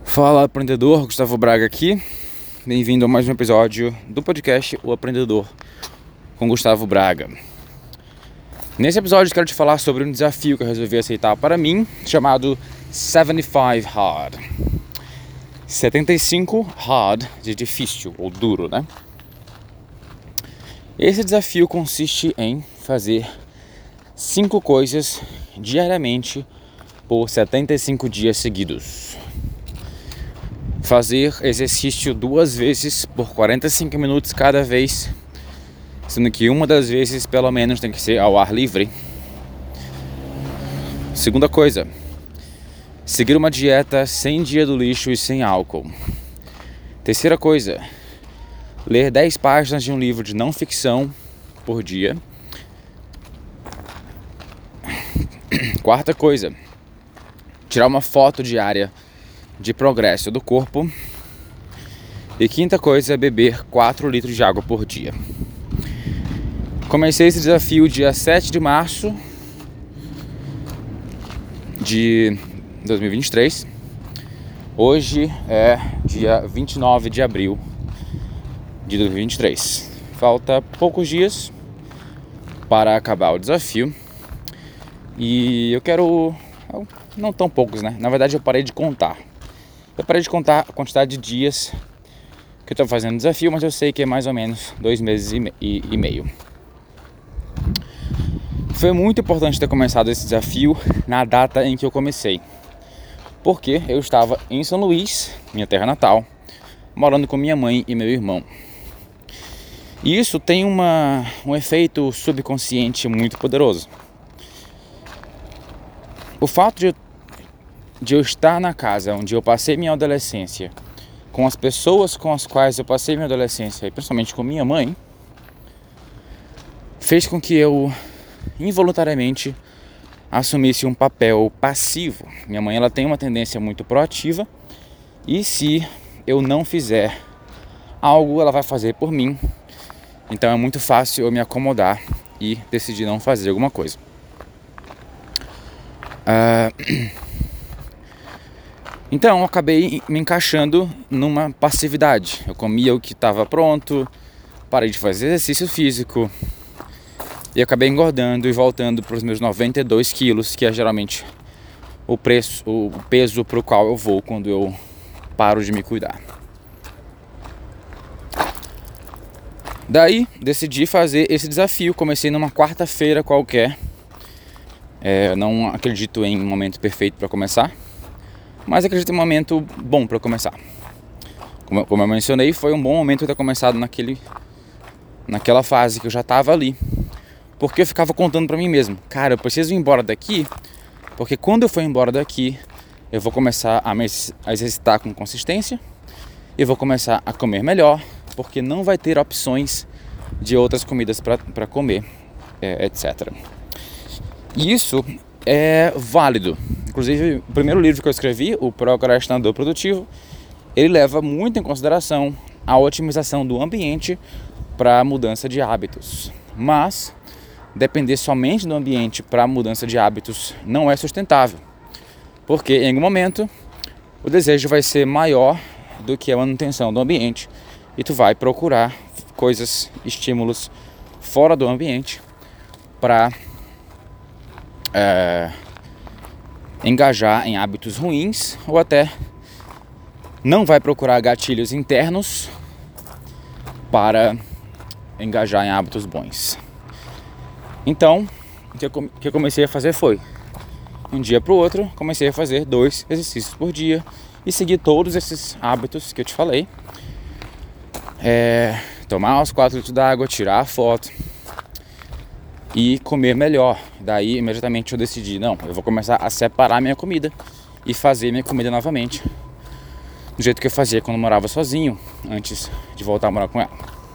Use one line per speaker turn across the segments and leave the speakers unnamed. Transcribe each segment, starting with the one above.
Fala, aprendedor, Gustavo Braga aqui. Bem-vindo a mais um episódio do podcast O Aprendedor com Gustavo Braga. Nesse episódio quero te falar sobre um desafio que eu resolvi aceitar para mim, chamado 75 Hard. 75 Hard de difícil ou duro, né? Esse desafio consiste em fazer 5 coisas diariamente por 75 dias seguidos. Fazer exercício 2 vezes por 45 minutos cada vez, sendo que uma das vezes pelo menos tem que ser ao ar livre. Segunda coisa, seguir uma dieta sem dia do lixo e sem álcool. Terceira coisa, ler 10 páginas de um livro de não ficção por dia. Quarta coisa, tirar uma foto diária de progresso do corpo. E quinta coisa é beber 4 litros de água por dia. Comecei esse desafio dia 7 de março de 2023. Hoje é dia 29 de abril de 2023. Falta poucos dias para acabar o desafio. E eu quero... não tão poucos, né? Na verdade eu parei de contar. Eu parei de contar a quantidade de dias que eu estou fazendo o desafio, mas eu sei que é mais ou menos 2 meses e meio. Foi muito importante ter começado esse desafio na data em que eu comecei, porque eu estava em São Luís, minha terra natal, morando com minha mãe e meu irmão. E isso tem um efeito subconsciente muito poderoso. O fato de eu estar na casa onde eu passei minha adolescência, com as pessoas com as quais eu passei minha adolescência, e principalmente com minha mãe, fez com que eu involuntariamente assumisse um papel passivo. Minha mãe ela tem uma tendência muito proativa, e se eu não fizer algo, ela vai fazer por mim. Então é muito fácil eu me acomodar e decidir não fazer alguma coisa. Então eu acabei me encaixando numa passividade. Eu comia o que estava pronto, parei de fazer exercício físico e acabei engordando e voltando para os meus 92 quilos, que é geralmente o peso para o qual eu vou quando eu paro de me cuidar. Daí decidi fazer esse desafio. Comecei numa quarta-feira qualquer. Não acredito em um momento perfeito para começar, mas acredito em um momento bom para começar. Como eu mencionei, foi um bom momento ter começado naquela fase que eu já estava ali, porque eu ficava contando para mim mesmo, cara, eu preciso ir embora daqui, porque quando eu for embora daqui, eu vou começar a exercitar com consistência, eu vou começar a comer melhor, porque não vai ter opções de outras comidas para comer, etc. E isso é válido. Inclusive, o primeiro livro que eu escrevi, o Procrastinador Produtivo, ele leva muito em consideração a otimização do ambiente para a mudança de hábitos. Mas depender somente do ambiente para a mudança de hábitos não é sustentável, porque em algum momento o desejo vai ser maior do que a manutenção do ambiente e tu vai procurar coisas, estímulos fora do ambiente para engajar em hábitos ruins, ou até não vai procurar gatilhos internos para engajar em hábitos bons. Então, o que eu comecei a fazer foi, um dia para o outro, comecei a fazer 2 exercícios por dia e seguir todos esses hábitos que eu te falei. Tomar os 4 litros d'água, tirar a foto e comer melhor. Daí imediatamente eu decidi, não, eu vou começar a separar minha comida e fazer minha comida novamente do jeito que eu fazia quando eu morava sozinho, antes de voltar a morar com ela.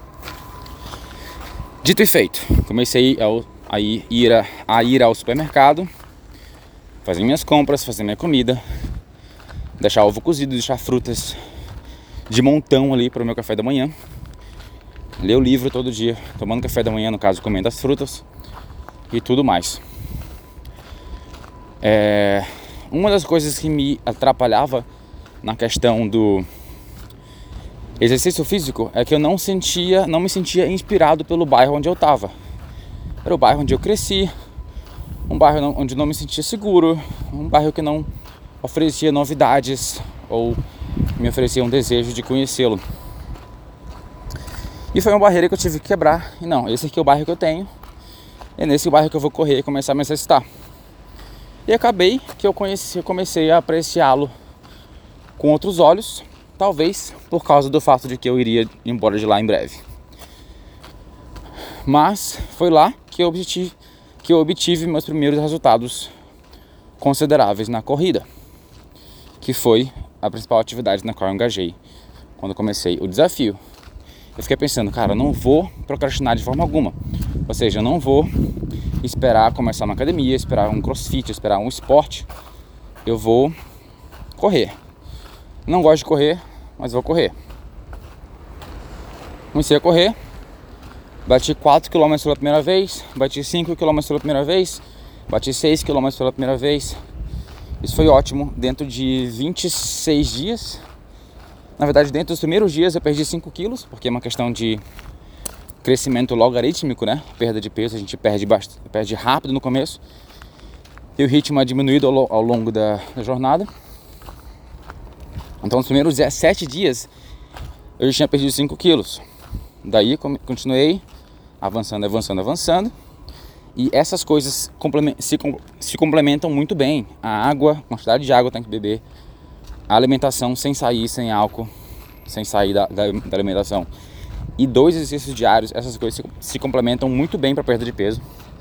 Dito e feito, comecei a ir ao supermercado, fazer minhas compras, fazer minha comida, deixar ovo cozido, deixar frutas de montão ali para o meu café da manhã, ler o livro todo dia, tomando café da manhã, no caso comendo as frutas e tudo mais. Uma das coisas que me atrapalhava na questão do exercício físico é que eu não me sentia inspirado pelo bairro onde eu estava. Era o bairro onde eu cresci, um bairro onde não me sentia seguro, um bairro que não oferecia novidades ou me oferecia um desejo de conhecê-lo. E foi uma barreira que eu tive que quebrar. E não, esse aqui é o bairro que eu tenho, é nesse bairro que eu vou correr e começar a me exercitar. E acabei que eu comecei a apreciá-lo com outros olhos, talvez por causa do fato de que eu iria embora de lá em breve. Mas foi lá que eu obtive meus primeiros resultados consideráveis na corrida, que foi a principal atividade na qual eu engajei quando comecei o desafio. Eu fiquei pensando, cara, eu não vou procrastinar de forma alguma. Ou seja, eu não vou esperar começar uma academia, esperar um crossfit, esperar um esporte. Eu vou correr. Não gosto de correr, mas vou correr. Comecei a correr. Bati 4 km pela primeira vez, bati 5 km pela primeira vez, bati 6 km pela primeira vez. Isso foi ótimo. Dentro de 26 dias, na verdade dentro dos primeiros dias eu perdi 5 quilos, porque é uma questão de crescimento logarítmico, né? Perda de peso, a gente perde rápido no começo. E o ritmo é diminuído ao longo da jornada. Então nos primeiros 17 dias eu já tinha perdido 5 quilos. Daí continuei avançando. E essas coisas se complementam muito bem. A água, a quantidade de água que tem que beber, a alimentação sem sair, sem álcool, sem sair da alimentação. E 2 exercícios diários, essas coisas se complementam muito bem para perda de peso.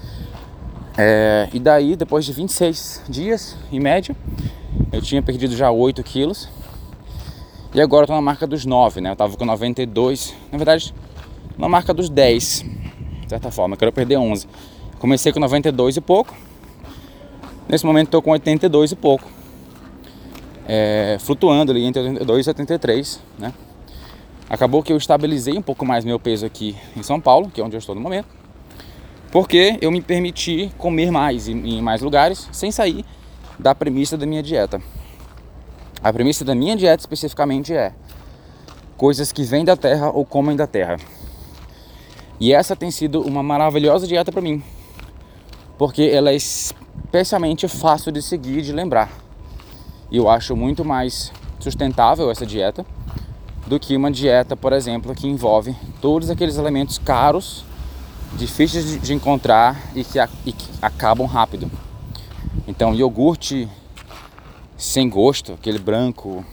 E daí, depois de 26 dias, em média, eu tinha perdido já 8 quilos. E agora eu tô na marca dos 9, né? Eu tava com 92, na verdade, na marca dos 10, de certa forma, eu quero perder 11. Comecei com 92 e pouco, nesse momento tô com 82 e pouco, flutuando ali entre 82 e 83, né? Acabou que eu estabilizei um pouco mais meu peso aqui em São Paulo, que é onde eu estou no momento, porque eu me permiti comer mais em mais lugares, sem sair da premissa da minha dieta. A premissa da minha dieta especificamente é coisas que vêm da terra ou comem da terra. E essa tem sido uma maravilhosa dieta para mim, porque ela é especialmente fácil de seguir e de lembrar. E eu acho muito mais sustentável essa dieta do que uma dieta, por exemplo, que envolve todos aqueles elementos caros, difíceis de encontrar e que acabam rápido. Então, iogurte sem gosto, aquele branco,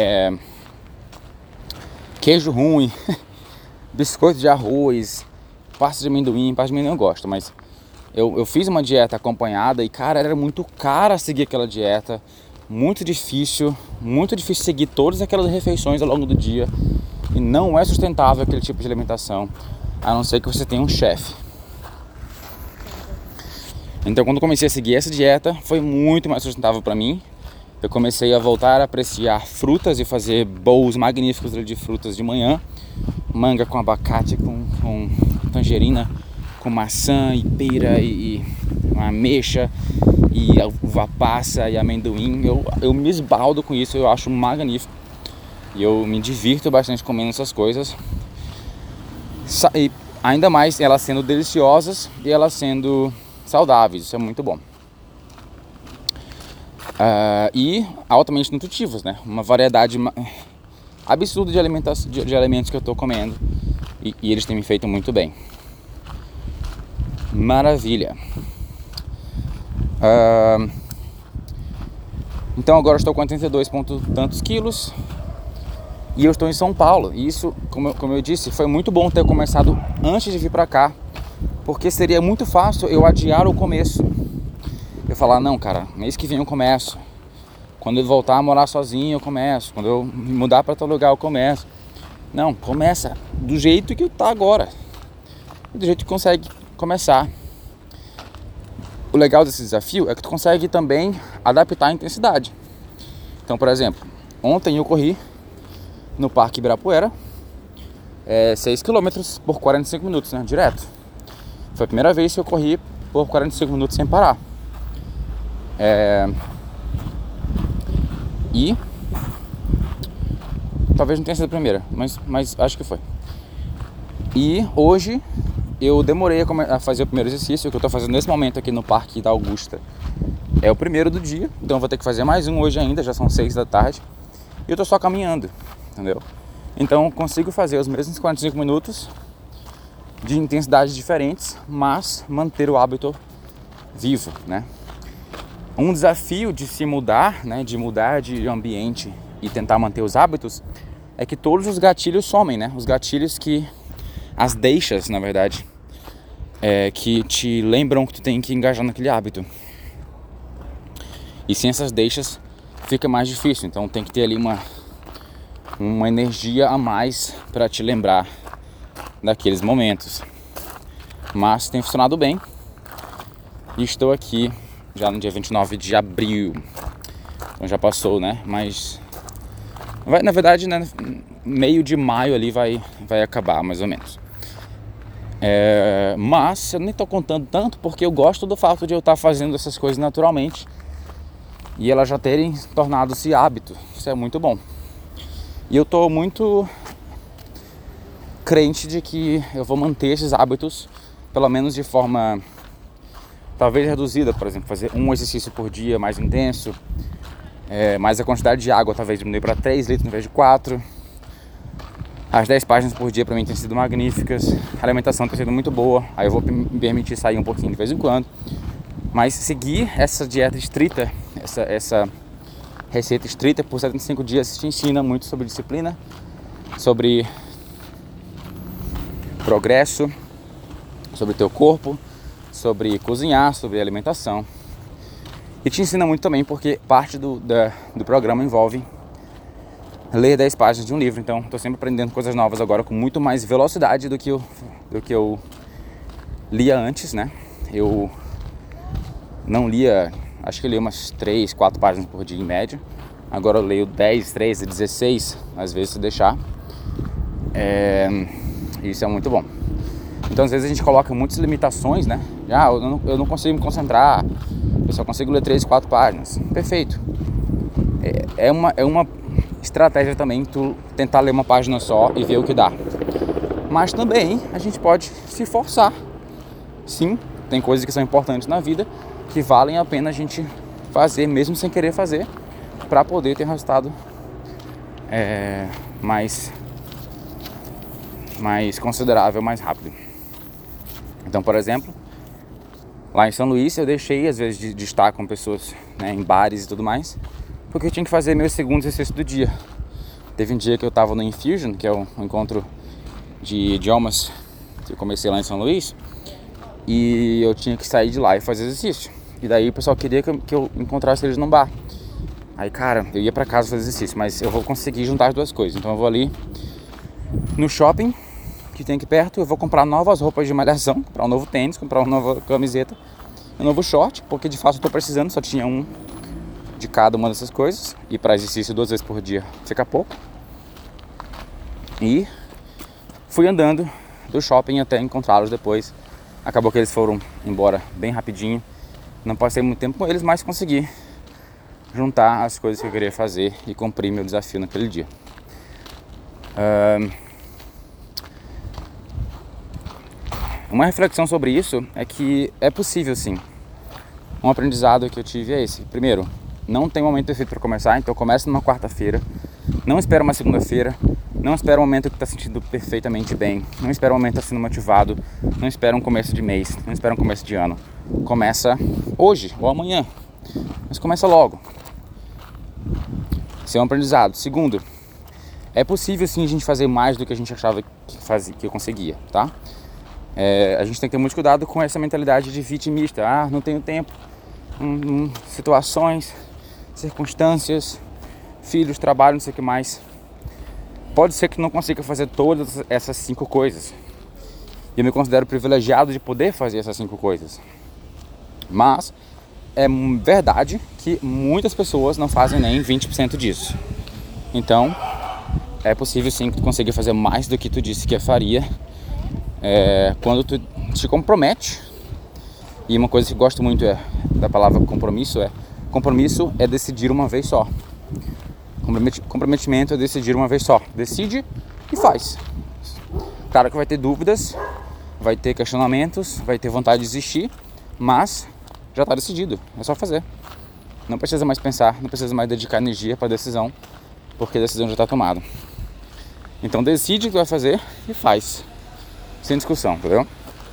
queijo ruim, biscoito de arroz, pasta de amendoim eu gosto, mas eu fiz uma dieta acompanhada e, cara, era muito cara seguir aquela dieta, muito difícil seguir todas aquelas refeições ao longo do dia, e não é sustentável aquele tipo de alimentação, a não ser que você tenha um chefe. Então, quando eu comecei a seguir essa dieta, foi muito mais sustentável para mim. Eu comecei a voltar a apreciar frutas e fazer bowls magníficos de frutas de manhã. Manga com abacate, com tangerina, com maçã e pera e ameixa e uva passa e amendoim. Eu me esbaldo com isso, eu acho magnífico. E eu me divirto bastante comendo essas coisas. E ainda mais elas sendo deliciosas e elas sendo saudáveis, isso é muito bom. E altamente nutritivos, né? Uma variedade absurda de alimentos que eu estou comendo e eles têm me feito muito bem. Maravilha. Então agora eu estou com 82 ponto tantos quilos e eu estou em São Paulo. E isso, como eu disse, foi muito bom ter começado antes de vir para cá, porque seria muito fácil eu adiar o começo. Eu falar, não, cara, mês que vem eu começo. Quando eu voltar a morar sozinho eu começo. Quando eu me mudar para outro lugar eu começo. Não, começa do jeito que tá agora. Do jeito que consegue começar. O legal desse desafio é que tu consegue também adaptar a intensidade. Então, por exemplo, ontem eu corri no Parque Ibirapuera 6 km por 45 minutos, né, direto. Foi a primeira vez que eu corri por 45 minutos sem parar. E talvez não tenha sido a primeira, mas acho que foi. E hoje eu demorei a fazer o primeiro exercício, que eu tô fazendo nesse momento aqui no Parque da Augusta. É o primeiro do dia, então eu vou ter que fazer mais um hoje ainda, já são 6 da tarde. E eu tô só caminhando, entendeu? Então eu consigo fazer os mesmos 45 minutos de intensidades diferentes, mas manter o hábito vivo, né? Um desafio de se mudar, né, de mudar de ambiente e tentar manter os hábitos, é que todos os gatilhos somem, né? Os gatilhos as deixas, na verdade, que te lembram que tu tem que engajar naquele hábito. E sem essas deixas fica mais difícil, então tem que ter ali uma energia a mais para te lembrar daqueles momentos. Mas tem funcionado bem e estou aqui já no dia 29 de abril, então já passou, né? Mas na verdade, né, meio de maio ali vai acabar, mais ou menos. Mas eu nem tô contando tanto porque eu gosto do fato de eu estar fazendo essas coisas naturalmente e elas já terem tornado-se hábito. Isso é muito bom. E eu tô muito crente de que eu vou manter esses hábitos, pelo menos de forma talvez reduzida, por exemplo, fazer um exercício por dia mais intenso, mas a quantidade de água talvez diminuir para 3 litros em vez de 4. As 10 páginas por dia para mim têm sido magníficas, a alimentação tem sido muito boa, aí eu vou me permitir sair um pouquinho de vez em quando, mas seguir essa dieta estrita, essa receita estrita por 75 dias te ensina muito sobre disciplina, sobre progresso, sobre teu corpo, sobre cozinhar, sobre alimentação. E te ensina muito também porque parte do programa envolve ler 10 páginas de um livro. Então estou sempre aprendendo coisas novas agora com muito mais velocidade do que eu lia antes, né? Eu não lia, acho que eu li umas 3, 4 páginas por dia em média. Agora eu leio 10, 13, 16, às vezes se deixar. Isso é muito bom. Então às vezes a gente coloca muitas limitações, né? Eu não consigo me concentrar, eu só consigo ler 3, 4 páginas. Perfeito. É uma estratégia também tu tentar ler uma página só e ver o que dá. Mas também a gente pode se forçar. Sim, tem coisas que são importantes na vida que valem a pena a gente fazer mesmo sem querer fazer, para poder ter um resultado mais considerável, mais rápido. Então, por exemplo, lá em São Luís eu deixei às vezes de estar com pessoas, né, em bares e tudo mais, porque eu tinha que fazer meu segundo exercício do dia. Teve um dia que eu estava no Infusion, que é um encontro de idiomas que eu comecei lá em São Luís, e eu tinha que sair de lá e fazer exercício. E daí o pessoal queria que eu encontrasse eles num bar. Aí, cara, eu ia pra casa fazer exercício, mas eu vou conseguir juntar as duas coisas. Então eu vou ali no shopping que tem aqui perto, eu vou comprar novas roupas de malhação, comprar um novo tênis, comprar uma nova camiseta, um novo short, porque de fato eu tô precisando, só tinha um de cada uma dessas coisas, e para exercício 2 vezes por dia fica pouco. E fui andando do shopping até encontrá-los depois. Acabou que eles foram embora bem rapidinho, não passei muito tempo com eles, mas consegui juntar as coisas que eu queria fazer e cumprir meu desafio naquele dia. Uma reflexão sobre isso é que é possível sim. Um aprendizado que eu tive é esse. Primeiro, não tem momento perfeito para começar, então começa numa quarta-feira. Não espera uma segunda-feira. Não espera um momento que está sentindo perfeitamente bem. Não espera um momento que está sendo motivado. Não espera um começo de mês. Não espera um começo de ano. Começa hoje ou amanhã. Mas começa logo. Esse é um aprendizado. Segundo, é possível sim a gente fazer mais do que a gente achava que eu conseguia, tá? A gente tem que ter muito cuidado com essa mentalidade de vitimista. Não tenho tempo. Situações, circunstâncias, filhos, trabalho, não sei o que mais. Pode ser que não consiga fazer todas essas 5 coisas. E eu me considero privilegiado de poder fazer essas 5 coisas. Mas é verdade que muitas pessoas não fazem nem 20% disso. Então, é possível sim que tu consiga fazer mais do que tu disse que faria quando tu te compromete. E uma coisa que eu gosto muito da palavra compromisso é decidir uma vez só. Comprometimento é decidir uma vez só. Decide e faz. Claro que vai ter dúvidas, vai ter questionamentos, vai ter vontade de desistir, mas já está decidido, é só fazer. Não precisa mais pensar, não precisa mais dedicar energia para a decisão, porque a decisão já está tomada. Então decide o que vai fazer e faz, sem discussão, entendeu?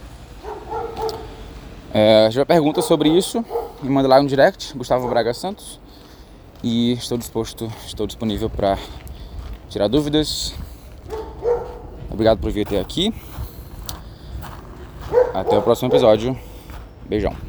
Se tiver perguntas sobre isso, me manda lá no direct, Gustavo Braga Santos, e estou disponível para tirar dúvidas. Obrigado por vir até aqui. Até o próximo episódio. Beijão.